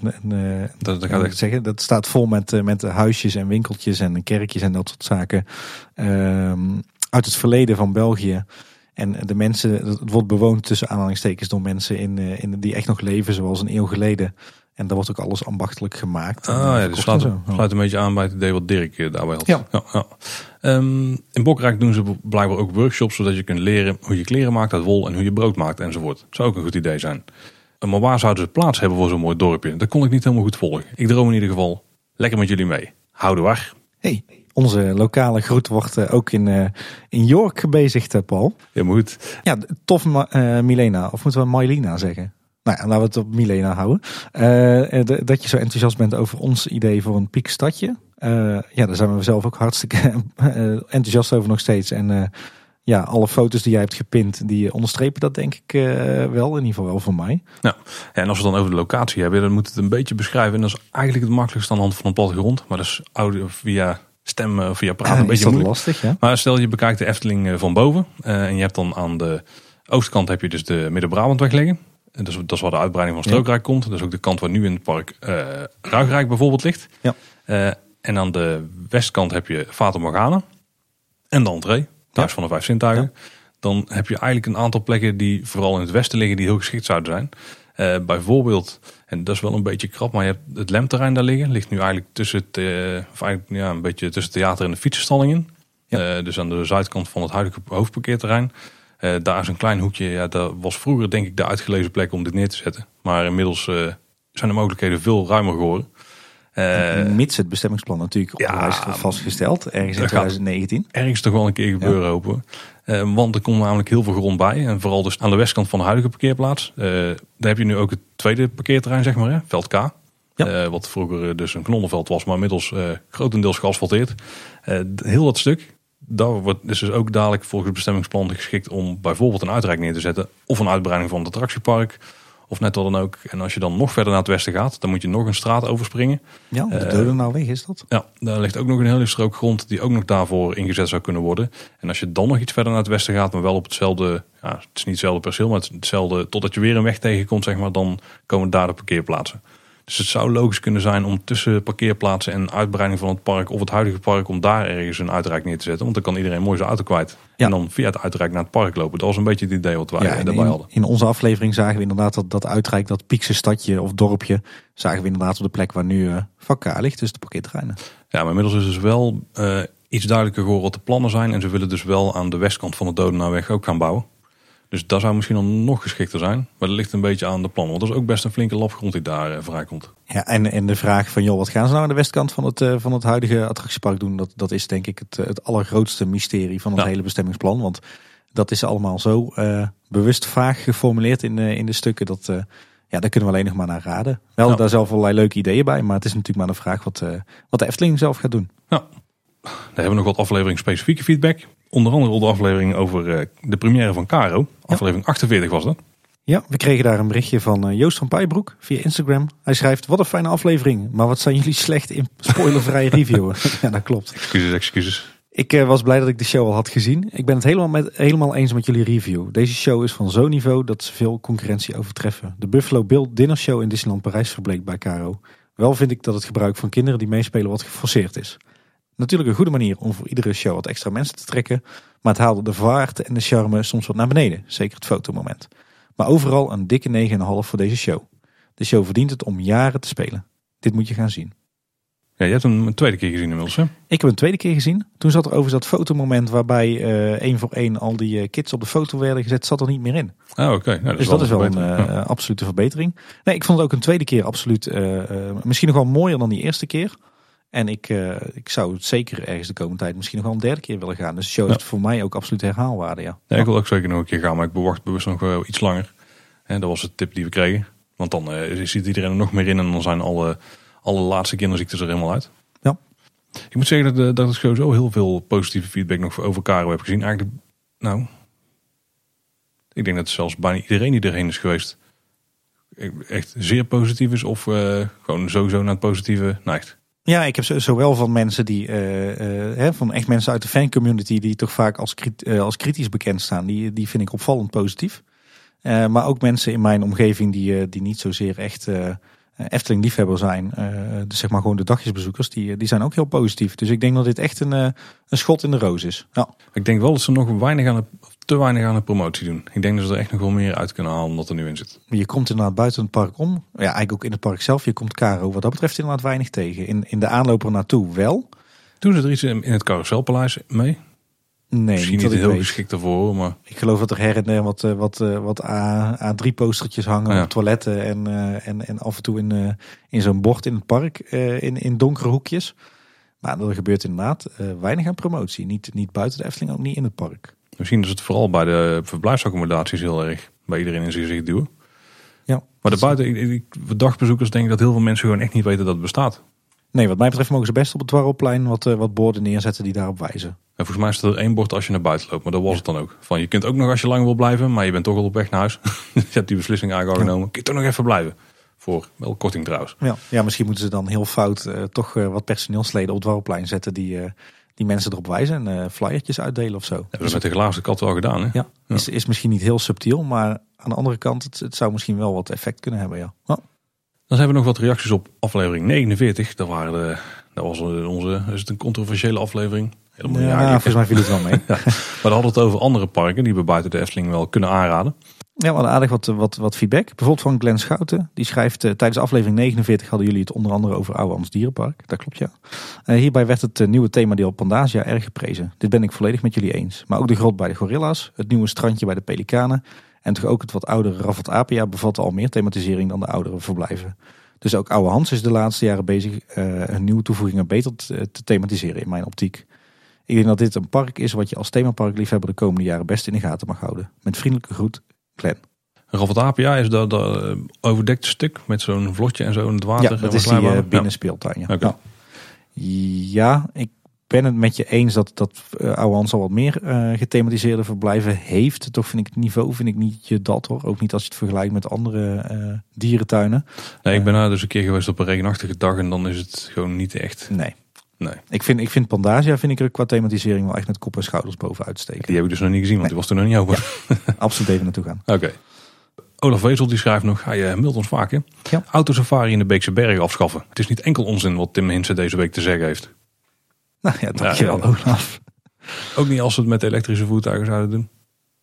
is dat staat vol met huisjes en winkeltjes en kerkjes en dat soort zaken. Uit het verleden van België. En de mensen, het wordt bewoond tussen aanhalingstekens door mensen die echt nog leven zoals een eeuw geleden. En daar wordt ook alles ambachtelijk gemaakt. Dus sluit een beetje aan bij het idee wat Dirk daarbij had. Ja. In Bokkerijk doen ze blijkbaar ook workshops, zodat je kunt leren hoe je kleren maakt uit wol en hoe je brood maakt enzovoort. Dat zou ook een goed idee zijn. Maar waar zouden ze plaats hebben voor zo'n mooi dorpje? Dat kon ik niet helemaal goed volgen. Ik droom in ieder geval lekker met jullie mee. Houden waar. Hey. Onze lokale groet wordt ook in York gebezigd, Paul. Ja, maar goed. Ja, tof Milena. Of moeten we Mylena zeggen? Nou ja, laten we het op Milena houden. Dat je zo enthousiast bent over ons idee voor een piekstadje. Daar zijn we zelf ook hartstikke enthousiast over nog steeds. En alle foto's die jij hebt gepint, die onderstrepen dat denk ik wel. In ieder geval wel voor mij. Nou, en als we het dan over de locatie hebben, dan moet het een beetje beschrijven. En dat is eigenlijk het makkelijkste aan de hand van een plattegrond. Maar dat is via stem via praten een beetje moeilijk. Lastig, ja? Maar stel je bekijkt de Efteling van boven. En je hebt dan aan de oostkant heb je dus de Midden-Brabantweg liggen. En dat is waar de uitbreiding van Strookrijk komt. Dat is ook de kant waar nu in het park Ruigrijk bijvoorbeeld ligt. Ja. En aan de westkant heb je Fata Morgana. En de entree, thuis van de 5 zintuigen. Ja. Dan heb je eigenlijk een aantal plekken die vooral in het westen liggen die heel geschikt zouden zijn. Bijvoorbeeld, en dat is wel een beetje krap, maar je hebt het Lemterrein daar liggen. Ligt nu eigenlijk tussen een beetje tussen het theater en de fietsenstalling in. Ja. Dus aan de zuidkant van het huidige hoofdparkeerterrein. Daar is een klein hoekje. Ja, dat was vroeger denk ik de uitgelezen plek om dit neer te zetten. Maar inmiddels zijn de mogelijkheden veel ruimer geworden. Mits het bestemmingsplan natuurlijk is vastgesteld. Ergens in 2019. Ergens toch wel een keer gebeuren hopen. Want er komt namelijk heel veel grond bij. En vooral dus aan de westkant van de huidige parkeerplaats. Daar heb je nu ook het tweede parkeerterrein, zeg maar. Hè? Veld K. Ja. Wat vroeger dus een knollenveld was. Maar inmiddels grotendeels geasfalteerd. Heel dat stuk. Daar wordt dus ook dadelijk volgens het bestemmingsplan geschikt om bijvoorbeeld een uitrijk neer te zetten. Of een uitbreiding van het attractiepark. Of net wat dan ook. En als je dan nog verder naar het westen gaat, dan moet je nog een straat overspringen. Ja, de Dodenauweg is dat? Ja, daar ligt ook nog een hele strook grond die ook nog daarvoor ingezet zou kunnen worden. En als je dan nog iets verder naar het westen gaat, maar wel op hetzelfde, het is niet hetzelfde perceel, maar hetzelfde, totdat je weer een weg tegenkomt, zeg maar, dan komen daar de parkeerplaatsen. Dus het zou logisch kunnen zijn om tussen parkeerplaatsen en uitbreiding van het park of het huidige park, om daar ergens een uitrijk neer te zetten. Want dan kan iedereen mooi zijn auto kwijt. Ja. En dan via het uitrijk naar het park lopen. Dat was een beetje het idee wat wij daarbij hadden. In onze aflevering zagen we inderdaad dat uitrijk, dat Piekse stadje of dorpje, zagen we inderdaad op de plek waar nu vak K ligt, dus de parkeerterreinen. Ja, maar inmiddels is dus wel iets duidelijker geworden wat de plannen zijn. En ze willen dus wel aan de westkant van de Dodenauweg ook gaan bouwen. Dus dat zou misschien dan nog geschikter zijn. Maar dat ligt een beetje aan de plannen. Want dat is ook best een flinke lap grond die daar vrijkomt. Ja, en de vraag van, wat gaan ze nou aan de westkant van het huidige attractiepark doen? Dat is denk ik het allergrootste mysterie van het hele bestemmingsplan. Want dat is allemaal zo bewust vaag geformuleerd in de stukken. Daar kunnen we alleen nog maar naar raden. We hadden daar zelf allerlei leuke ideeën bij. Maar het is natuurlijk maar de vraag wat de Efteling zelf gaat doen. Ja, daar hebben we nog wat aflevering specifieke feedback. Onder andere de aflevering over de première van Caro. Aflevering 48 was dat. Ja, we kregen daar een berichtje van Joost van Pijbroek via Instagram. Hij schrijft, wat een fijne aflevering. Maar wat zijn jullie slecht in spoilervrije reviewen. Ja, dat klopt. Excuses. Ik was blij dat ik de show al had gezien. Ik ben het helemaal eens met jullie review. Deze show is van zo'n niveau dat ze veel concurrentie overtreffen. De Buffalo Bill Dinner Show in Disneyland Parijs verbleek bij Caro. Wel vind ik dat het gebruik van kinderen die meespelen wat geforceerd is. Natuurlijk een goede manier om voor iedere show wat extra mensen te trekken. Maar het haalde de vaart en de charme soms wat naar beneden. Zeker het fotomoment. Maar overal een dikke 9,5 voor deze show. De show verdient het om jaren te spelen. Dit moet je gaan zien. Ja, je hebt hem een tweede keer gezien inmiddels, hè? Ik heb hem een tweede keer gezien. Toen zat er over dat fotomoment waarbij 1 voor 1 al die kids op de foto werden gezet, zat er niet meer in. Oké. Nou, dus dat is wel een absolute verbetering. Nee, ik vond het ook een tweede keer absoluut misschien nog wel mooier dan die eerste keer. En ik zou het zeker ergens de komende tijd misschien nog wel een derde keer willen gaan. Dus de show heeft voor mij ook absoluut herhaalwaarde. Ja, ik wil ook zeker nog een keer gaan, maar ik bewacht bewust nog wel iets langer. En dat was de tip die we kregen. Want dan ziet iedereen er nog meer in en dan zijn alle laatste kinderziektes er helemaal uit. Ja. Ik moet zeggen dat ik sowieso heel veel positieve feedback nog over Caro heb gezien. Eigenlijk, ik denk dat zelfs bijna iedereen die erheen is geweest echt zeer positief is. Of gewoon sowieso naar het positieve neigt. Ja, ik heb zowel van mensen van echt mensen uit de fancommunity die toch vaak als kritisch bekend staan. Die vind ik opvallend positief. Maar ook mensen in mijn omgeving die niet zozeer echt Efteling liefhebber zijn. Dus zeg maar gewoon de dagjesbezoekers, die zijn ook heel positief. Dus ik denk dat dit echt een schot in de roos is. Ja. Ik denk wel dat ze nog te weinig aan de promotie doen. Ik denk dat ze er echt nog wel meer uit kunnen halen dan dat er nu in zit. Je komt inderdaad buiten het park om. Ja, eigenlijk ook in het park zelf. Je komt Caro wat dat betreft inderdaad weinig tegen. In de aanloper naartoe wel. Doen ze er iets in het Carouselpaleis mee? Nee, misschien niet heel geschikt daarvoor, maar ik geloof dat er her en der wat A3 postertjes hangen op toiletten en af en toe in zo'n bord in het park in donkere hoekjes. Maar er gebeurt inderdaad weinig aan promotie. Niet buiten de Efteling, ook niet in het park. Misschien is het vooral bij de verblijfsaccommodaties heel erg bij iedereen in zich duwen. Ja. Maar de dagbezoekers denk ik dat heel veel mensen gewoon echt niet weten dat het bestaat. Nee, wat mij betreft mogen ze best op het Dwarrelplein wat borden neerzetten die daarop wijzen. En volgens mij staat er 1 bord als je naar buiten loopt, maar dat was het dan ook. Van, je kunt ook nog als je lang wil blijven, maar je bent toch al op weg naar huis. Je hebt die beslissing eigenlijk al genomen. Kun je toch nog even blijven? Voor wel korting trouwens. Ja, misschien moeten ze dan heel fout toch wat personeelsleden op het Dwarrelplein zetten die mensen erop wijzen en flyertjes uitdelen of zo. Hebben we dat met de glazen kat wel gedaan, hè? Ja. Is misschien niet heel subtiel, maar aan de andere kant, het zou misschien wel wat effect kunnen hebben, ja. Dan hebben we nog wat reacties op aflevering 49. Dat was onze, is het een controversiële aflevering? Helemaal niet volgens mij viel het wel mee. Ja. Maar we hadden het over andere parken die we buiten de Efteling wel kunnen aanraden. Ja, we hadden aardig wat feedback. Bijvoorbeeld van Glenn Schouten. Die schrijft, tijdens aflevering 49 hadden jullie het onder andere over Oude Hans Dierenpark. Dat klopt, ja. Hierbij werd het nieuwe themadeel Pandasia erg geprezen. Dit ben ik volledig met jullie eens. Maar ook de grot bij de gorilla's, het nieuwe strandje bij de pelikanen en toch ook het wat oudere Raffelt Apia bevatte al meer thematisering dan de oudere verblijven. Dus ook Oude Hans is de laatste jaren bezig hun nieuwe toevoegingen beter te thematiseren in mijn optiek. Ik denk dat dit een park is wat je als themaparkliefhebber de komende jaren best in de gaten mag houden. Met vriendelijke groet, Glenn. Raffelt Apia is dat overdekte stuk met zo'n vlotje en zo in het water. Ja, dat is die binnenspeeltuin. Ja. Okay. Ja, ik ben het met je eens dat Oude Hans al wat meer gethematiseerde verblijven heeft. Toch vind ik het niveau niet je dat hoor. Ook niet als je het vergelijkt met andere dierentuinen. Nee, ik ben daar dus een keer geweest op een regenachtige dag en dan is het gewoon niet echt. Nee. Ik vind Pandasia er qua thematisering wel echt met kop en schouders bovenuit steken. Die heb ik dus nog niet gezien, want die was toen nog niet open. Absoluut even naartoe gaan. Oké. Olaf Wezel die schrijft nog, hij mailt ons vaak hè. Ja. Autosafari in de Beekse Bergen afschaffen. Het is niet enkel onzin wat Tim Hinsen deze week te zeggen heeft. Nou ja, dankjewel Olaf. Ook niet als we het met elektrische voertuigen zouden doen.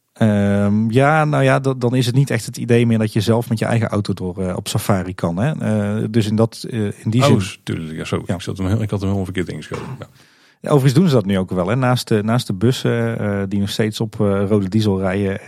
Dan is het niet echt het idee meer dat je zelf met je eigen auto door op safari kan. Hè? Dus in die zin. Tuurlijk, ja, zo. Ja. Ik had hem helemaal verkeerd ingeschoten. Ja. Ja, overigens doen ze dat nu ook wel. Hè? Naast de bussen die nog steeds op rode diesel rijden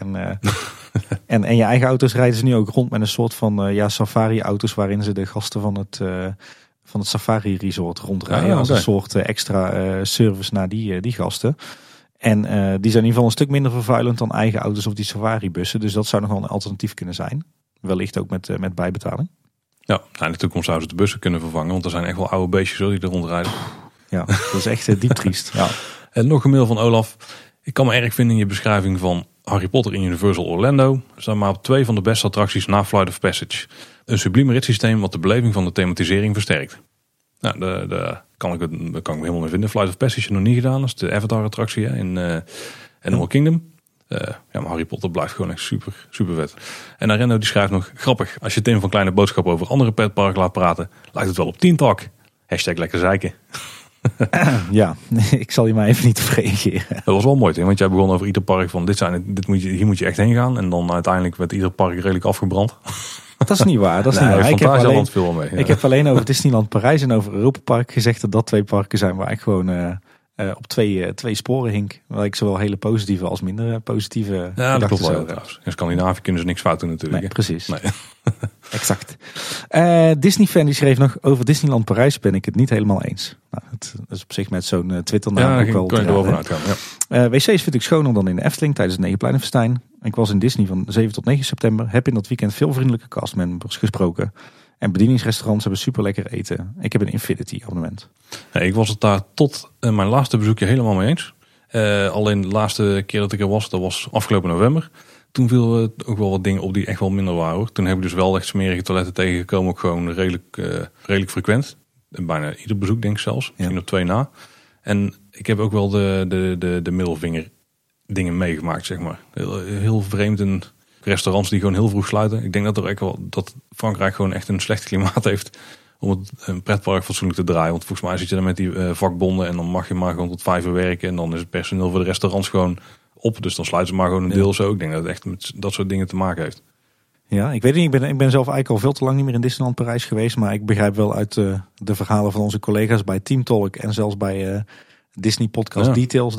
en je eigen auto's rijden ze nu ook rond met een soort van safari-auto's waarin ze de gasten van het safari resort rondrijden. Als een soort extra service naar die gasten. En die zijn in ieder geval een stuk minder vervuilend dan eigen auto's of die safari-bussen. Dus dat zou nog wel een alternatief kunnen zijn. Wellicht ook met bijbetaling. Ja, in de toekomst zouden ze de bussen kunnen vervangen. Want er zijn echt wel oude beestjes die er rondrijden. Ja, dat is echt diep triest. Ja. En nog een mail van Olaf. Ik kan me erg vinden in je beschrijving van Harry Potter in Universal Orlando. Er staan maar op 2 van de beste attracties na Flight of Passage. Een sublieme ritssysteem wat de beleving van de thematisering versterkt. Nou, daar kan ik me helemaal mee vinden. Flight of Passage nog niet gedaan. Dat is de Avatar attractie in Animal Kingdom. Maar Harry Potter blijft gewoon echt super, super vet. En Arendo die schrijft nog, grappig. Als je Tim van Kleine Boodschap over andere petparken laat praten, lijkt het wel op Teen Talk. #lekker zeiken. Ja, ik zal je maar even niet op reageren. Dat was wel mooi, hè? Want jij begon over ieder park van hier moet je echt heen gaan. En dan uiteindelijk werd ieder park redelijk afgebrand. Dat is niet waar. Dat is niet waar. Ik heb alleen over Disneyland Parijs en over Europa Park gezegd dat 2 parken zijn waar ik gewoon op twee sporen hink. Waar ik zowel hele positieve als minder positieve dat klopt wel trouwens. In Scandinavië kunnen ze niks fout doen natuurlijk. Nee, precies. Nee. Exact. Disney-fan die schreef nog, over Disneyland Parijs ben ik het niet helemaal eens. Nou, dat is op zich met zo'n Twitternaam ook wel kan je er wel van uitgaan. Ja. Wc's vind ik schoner dan in de Efteling tijdens het Negenpleinenfestijn. Ik was in Disney van 7 tot 9 september. Heb in dat weekend veel vriendelijke castmembers gesproken. En bedieningsrestaurants hebben super lekker eten. Ik heb een Infinity abonnement. Ik was het daar tot mijn laatste bezoekje helemaal mee eens. Alleen de laatste keer dat ik er was, dat was afgelopen november. Toen viel ook wel wat dingen op die echt wel minder waren. Hoor. Toen heb ik dus wel echt smerige toiletten tegengekomen. Ook gewoon redelijk frequent. Bijna ieder bezoek denk ik zelfs. Misschien op 2 na. En ik heb ook wel de middelvinger dingen meegemaakt, zeg maar. Heel vreemd in restaurants die gewoon heel vroeg sluiten. Ik denk dat Frankrijk gewoon echt een slecht klimaat heeft om een pretpark fatsoenlijk te draaien. Want volgens mij zit je dan met die vakbonden en dan mag je maar gewoon tot 5 uur werken. En dan is het personeel voor de restaurants gewoon op. Dus dan sluiten ze maar gewoon een deel zo. Ik denk dat het echt met dat soort dingen te maken heeft. Ja, ik weet niet. Ik ben zelf eigenlijk al veel te lang niet meer in Disneyland Parijs geweest. Maar ik begrijp wel uit de verhalen van onze collega's bij Team Talk en zelfs bij Disney Podcast Details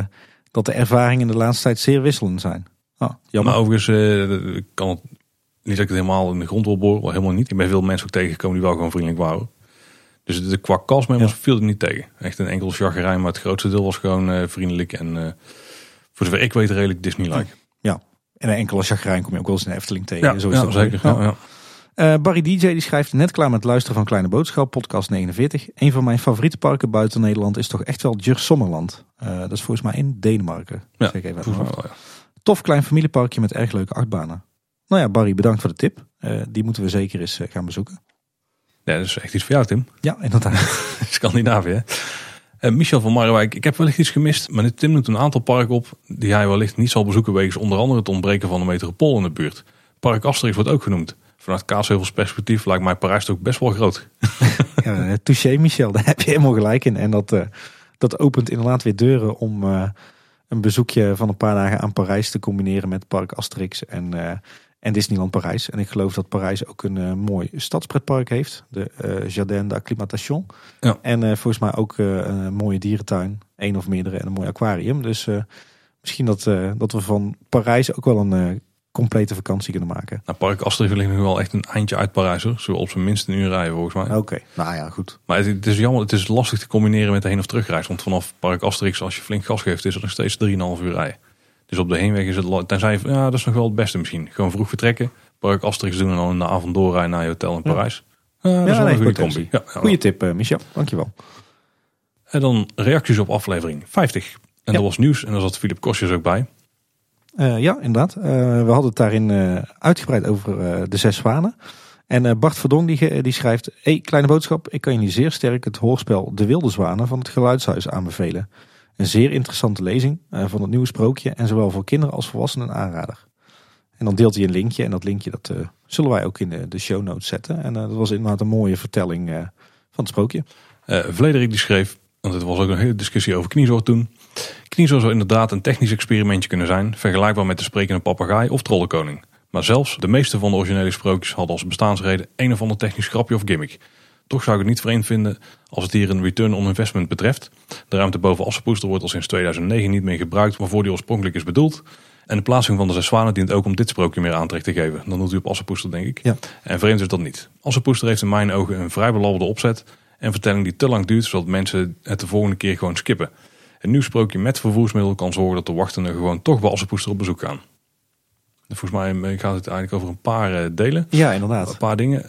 dat de ervaringen in de laatste tijd zeer wisselend zijn. Maar overigens kan het niet dat ik het helemaal in de grond wil boren. Wel helemaal niet. Ik ben veel mensen ook tegengekomen die wel gewoon vriendelijk waren. Dus de qua castmembers viel er niet tegen. Echt een enkel chagrijn, maar het grootste deel was gewoon vriendelijk. En voor zover ik weet redelijk Disney-like. Ja, en een enkele chagrijn kom je ook wel eens in de Efteling tegen. Ja, zo is dat zeker. Ja. Barry DJ die schrijft, net klaar met het luisteren van Kleine Boodschap, podcast 49. Een van mijn favoriete parken buiten Nederland is toch echt wel Djurs Sommerland. Dat is volgens mij in Denemarken. Ja, zeg even tof klein familieparkje met erg leuke achtbanen. Nou ja, Barry, bedankt voor de tip. Die moeten we zeker eens gaan bezoeken. Ja, dat is echt iets voor jou, Tim. Ja, inderdaad. Scandinavië, hè? Michel van Marwijk, ik heb wellicht iets gemist. Maar Tim noemt een aantal parken op die hij wellicht niet zal bezoeken wegens onder andere het ontbreken van een metropool in de buurt. Park Asterix wordt ook genoemd. Vanuit Kaasheuvels perspectief lijkt mij Parijs toch best wel groot. Ja, touché, Michel, daar heb je helemaal gelijk in. En dat opent inderdaad weer deuren om een bezoekje van een paar dagen aan Parijs te combineren met Park Asterix en Disneyland Parijs. En ik geloof dat Parijs ook een mooi stadspretpark heeft. De Jardin d'Acclimatation. Ja. En volgens mij ook een mooie dierentuin. 1 of meerdere en een mooi aquarium. Dus misschien dat we van Parijs ook wel een complete vakantie kunnen maken. Nou, Park Asterix ligt nog wel echt een eindje uit Parijs, hoor. Zo op zijn minst een uur rijden volgens mij. Oké, nou ja, goed. Maar het is jammer, het is lastig te combineren met de heen- of terugreis. Want vanaf Park Asterix, als je flink gas geeft, is het nog steeds 3,5 uur rijden. Dus op de heenweg is het, tenzij, ja, dat is nog wel het beste misschien. Gewoon vroeg vertrekken, Park Asterix doen en dan in de avond doorrijden naar je hotel in Parijs. Dat is wel een goede combi. Ja, goeie tip, Michel. Dankjewel. En dan reacties op aflevering 50. En dat was nieuws en daar zat Philip Kosjes ook bij. Ja, inderdaad. We hadden het daarin uitgebreid over de 6 zwanen. En Bart Verdonk die schrijft: Hey, kleine boodschap, ik kan jullie zeer sterk het hoorspel De Wilde Zwanen van het Geluidshuis aanbevelen. Een zeer interessante lezing van het nieuwe sprookje en zowel voor kinderen als volwassenen een aanrader. En dan deelt hij een linkje en dat linkje dat zullen wij ook in de show notes zetten. En dat was inderdaad een mooie vertelling van het sprookje. Vlederik die schreef, want het was ook een hele discussie over Kniezoor toen. Kniezoor zou inderdaad een technisch experimentje kunnen zijn, vergelijkbaar met de sprekende papegaai of trollenkoning. Maar zelfs de meeste van de originele sprookjes hadden als bestaansreden een of ander technisch grapje of gimmick. Toch zou ik het niet vreemd vinden als het hier een return on investment betreft. De ruimte boven Assepoester wordt al sinds 2009 niet meer gebruikt waarvoor die oorspronkelijk is bedoeld. En de plaatsing van de 6 zwanen dient ook om dit sprookje meer aantrek te geven. Dan doet u op Assepoester, denk ik. Ja. En vreemd is dat niet. Assepoester heeft in mijn ogen een vrij belabberde opzet en vertelling die te lang duurt, zodat mensen het de volgende keer gewoon skippen. Een nieuw sprookje met vervoersmiddel kan zorgen dat de wachtenden gewoon toch bij Assepoester op bezoek gaan. Volgens mij gaat het eigenlijk over een paar delen. Ja, inderdaad. Een paar dingen.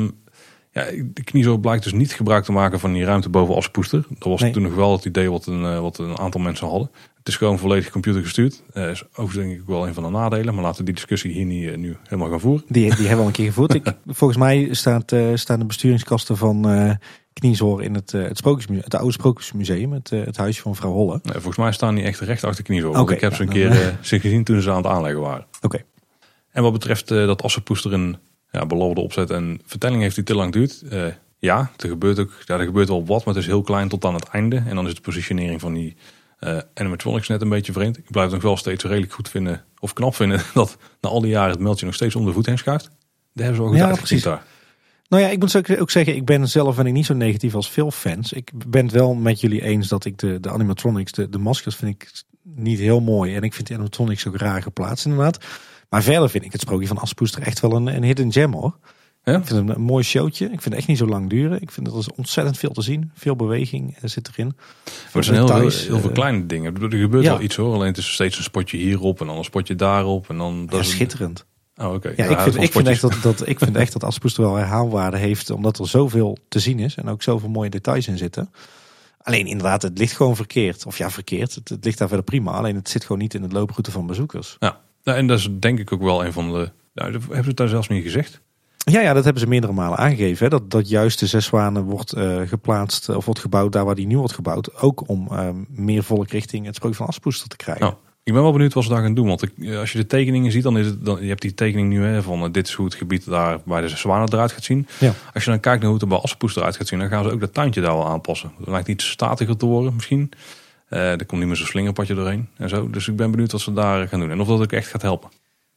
De Kniezoor blijkt dus niet gebruik te maken van die ruimte boven Assepoester. Dat was toen nog wel het idee wat een aantal mensen hadden. Het is gewoon volledig computergestuurd. Is ook denk ik wel een van de nadelen. Maar laten we die discussie hier niet nu helemaal gaan voeren. Die hebben we al een keer gevoerd. Volgens mij staan de besturingskasten van Kniezoor in het oude Sprookjesmuseum. Het huisje van mevrouw Holle. Nee, volgens mij staan die echt recht achter Kniezoor. Okay, ik heb ze een keer gezien toen ze aan het aanleggen waren. Oké. En wat betreft dat Assepoester een beloofde opzet en vertelling heeft die te lang duurt. Er gebeurt wel wat, maar het is heel klein tot aan het einde. En dan is de positionering van die animatronics net een beetje vreemd. Ik blijf het nog wel steeds redelijk goed vinden, of knap vinden, dat na al die jaren het meldje nog steeds om de voet heen schuift. Daar hebben ze wel goed uitgezien daar. Nou ja, ik moet ook zeggen, ik ben zelf niet zo negatief als veel fans. Ik ben het wel met jullie eens dat ik de animatronics, de maskers vind ik niet heel mooi. En ik vind de animatronics ook raar geplaatst inderdaad. Maar verder vind ik het sprookje van Assepoester echt wel een hidden gem hoor. Ja? Ik vind het een mooi showtje. Ik vind het echt niet zo lang duren. Ik vind dat er ontzettend veel te zien. Veel beweging zit erin. Maar het zijn heel veel kleine dingen. Er gebeurt wel iets hoor. Alleen het is steeds een spotje hierop en dan een spotje daarop. En dan, dat is schitterend. Oh, okay. Ja, ik vind echt dat Assepoester wel herhaalwaarde heeft. Omdat er zoveel te zien is. En ook zoveel mooie details in zitten. Alleen inderdaad, het ligt gewoon verkeerd. Of ja, verkeerd. Het ligt daar verder prima. Alleen het zit gewoon niet in het looproute van bezoekers. Ja. Nou, en dat is denk ik ook wel een van de... hebben ze het daar zelfs niet gezegd? Ja, dat hebben ze meerdere malen aangegeven. Hè? Dat juist de 6 zwanen wordt geplaatst of wordt gebouwd daar waar die nu wordt gebouwd. Ook om meer volk richting het sprookje van Assepoester te krijgen. Nou, ik ben wel benieuwd wat ze daar gaan doen. Want als je de tekeningen ziet, dan je hebt die tekening nu van dit is hoe het gebied daar waar de 6 zwanen eruit gaat zien. Ja. Als je dan kijkt naar hoe het er bij Assepoester eruit gaat zien, dan gaan ze ook dat tuintje daar wel aanpassen. Het lijkt iets statiger te worden misschien. Er komt niet meer zo'n slingerpadje doorheen en zo. Dus ik ben benieuwd wat ze daar gaan doen. En of dat ook echt gaat helpen.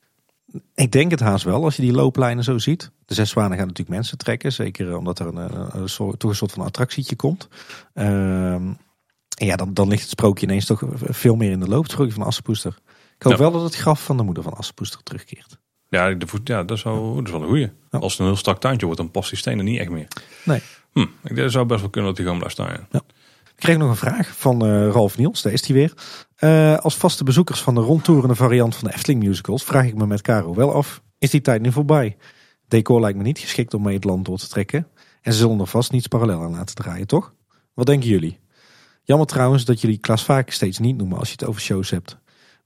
Ik denk het haast wel, als je die looplijnen zo ziet. De 6 zwanen gaan natuurlijk mensen trekken. Zeker omdat er een soort van attractietje komt. En ja, dan ligt het sprookje ineens toch veel meer in de loop. Het sprookje van Assepoester. Ik hoop wel dat het graf van de moeder van Assepoester terugkeert. Ja, dat is wel een goeie. Ja. Als het een heel strak tuintje wordt, dan past die stenen niet echt meer. Nee. Ik zou best wel kunnen dat hij gewoon blijft staan. Ja. Ik kreeg nog een vraag van Ralf Niels, daar is hij weer. Als vaste bezoekers van de rondtoerende variant van de Efteling musicals vraag ik me met Caro wel af, is die tijd nu voorbij? Decor lijkt me niet geschikt om mee het land door te trekken. En ze zullen er vast niets parallel aan laten draaien, toch? Wat denken jullie? Jammer trouwens dat jullie Klaas Vaak steeds niet noemen als je het over shows hebt.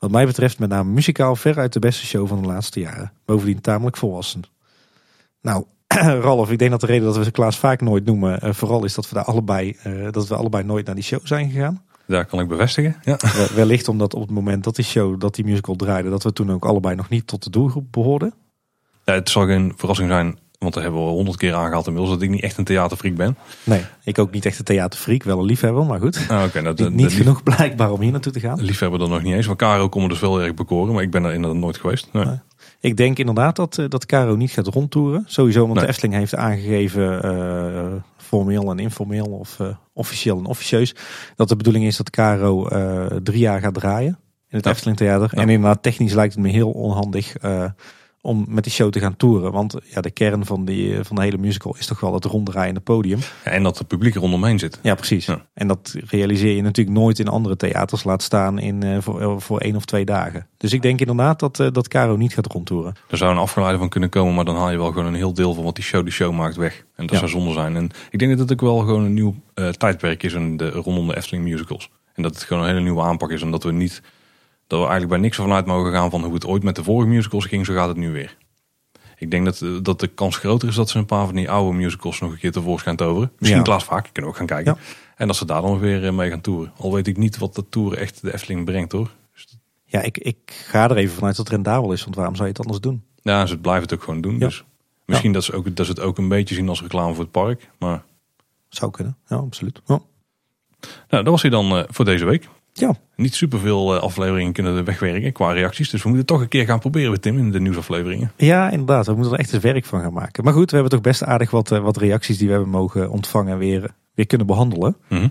Wat mij betreft met name muzikaal veruit de beste show van de laatste jaren. Bovendien tamelijk volwassen. Nou, Ralf, ik denk dat de reden dat we Klaas vaak nooit noemen, vooral is dat we allebei nooit naar die show zijn gegaan. Daar kan ik bevestigen. Ja. Wellicht omdat op het moment dat die musical draaide, dat we toen ook allebei nog niet tot de doelgroep behoorden. Ja, het zal geen verrassing zijn, want dat hebben we 100 keer aangehaald inmiddels, dat ik niet echt een theaterfreak ben. Nee, ik ook niet echt een theaterfreak, wel een liefhebber, maar goed. Niet genoeg blijkbaar om hier naartoe te gaan. Liefhebber dan nog niet eens, want Caro kon me dus wel erg bekoren, maar ik ben er inderdaad nooit geweest. Nee. Nee. Ik denk inderdaad dat Caro niet gaat rondtoeren. Sowieso, want de Efteling heeft aangegeven, formeel en informeel of officieel en officieus, dat de bedoeling is dat Caro 3 jaar gaat draaien in het Efteling Theater. Ja. En inderdaad, technisch lijkt het me heel onhandig om met die show te gaan toeren. Want ja, de kern van de hele musical is toch wel het ronddraaiende podium. Ja, en dat het publiek er rondomheen zit. Ja, precies. Ja. En dat realiseer je natuurlijk nooit in andere theaters, laat staan voor 1 of 2 dagen. Dus ik denk inderdaad dat Caro niet gaat rondtoeren. Er zou een afgeleide van kunnen komen, maar dan haal je wel gewoon een heel deel van wat die show maakt weg. En dat zou zonde zijn. En ik denk dat het ook wel gewoon een nieuw tijdperk is rondom de Efteling musicals. En dat het gewoon een hele nieuwe aanpak is. En dat we eigenlijk bij niks vanuit mogen gaan van hoe het ooit met de vorige musicals ging, zo gaat het nu weer. Ik denk dat de kans groter is dat ze een paar van die oude musicals nog een keer tevoorschijn toveren. Misschien Klaas vaak, kunnen we ook gaan kijken. Ja. En dat ze daar dan weer mee gaan toeren. Al weet ik niet wat dat toeren echt de Efteling brengt hoor. Ja, ik ga er even vanuit dat het rendabel is, want waarom zou je het anders doen? Ja, ze blijven het ook gewoon doen. Ja. Dus misschien dat ze het ook een beetje zien als reclame voor het park. Maar zou kunnen, ja, absoluut. Ja. Nou, dat was hij dan voor deze week. Ja. Niet superveel afleveringen kunnen er wegwerken qua reacties. Dus we moeten het toch een keer gaan proberen, Tim, in de nieuwsafleveringen. Ja, inderdaad. We moeten er echt eens werk van gaan maken. Maar goed, we hebben toch best aardig wat reacties die we hebben mogen ontvangen weer kunnen behandelen. Mm-hmm.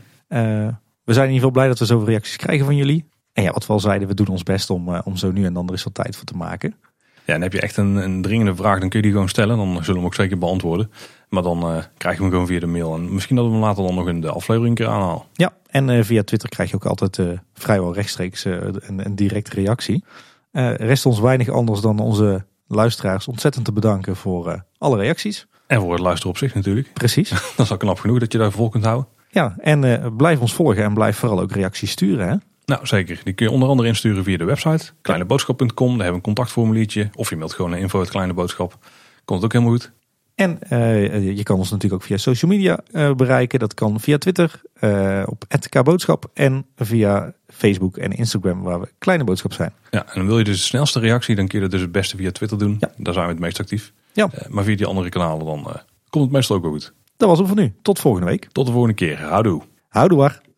We zijn in ieder geval blij dat we zoveel reacties krijgen van jullie. En ja, wat we al zeiden, we doen ons best om zo nu en dan er eens wat tijd voor te maken. Ja, en heb je echt een dringende vraag, dan kun je die gewoon stellen. Dan zullen we hem ook zeker beantwoorden. Maar dan krijgen we hem gewoon via de mail. En misschien dat we hem later dan nog in de aflevering een keer aanhalen. Ja, en via Twitter krijg je ook altijd vrijwel rechtstreeks een directe reactie. Rest ons weinig anders dan onze luisteraars ontzettend te bedanken voor alle reacties. En voor het luisteren op zich natuurlijk. Precies. Dat is al knap genoeg dat je daar vol kunt houden. Ja, en blijf ons volgen en blijf vooral ook reacties sturen, hè? Nou, zeker. Die kun je onder andere insturen via de website. kleineboodschap.com, daar hebben we een contactformuliertje. Of je mailt gewoon naar info@kleineboodschap. Komt het ook helemaal goed. En je kan ons natuurlijk ook via social media bereiken. Dat kan via Twitter, op @kboodschap en via Facebook en Instagram, waar we Kleine Boodschap zijn. Ja, en dan wil je dus de snelste reactie, dan kun je dat dus het beste via Twitter doen. Ja. Daar zijn we het meest actief. Ja. Maar via die andere kanalen dan komt het meestal ook wel goed. Dat was het voor nu. Tot volgende week. Tot de volgende keer. Houdoe. Houdoe waar.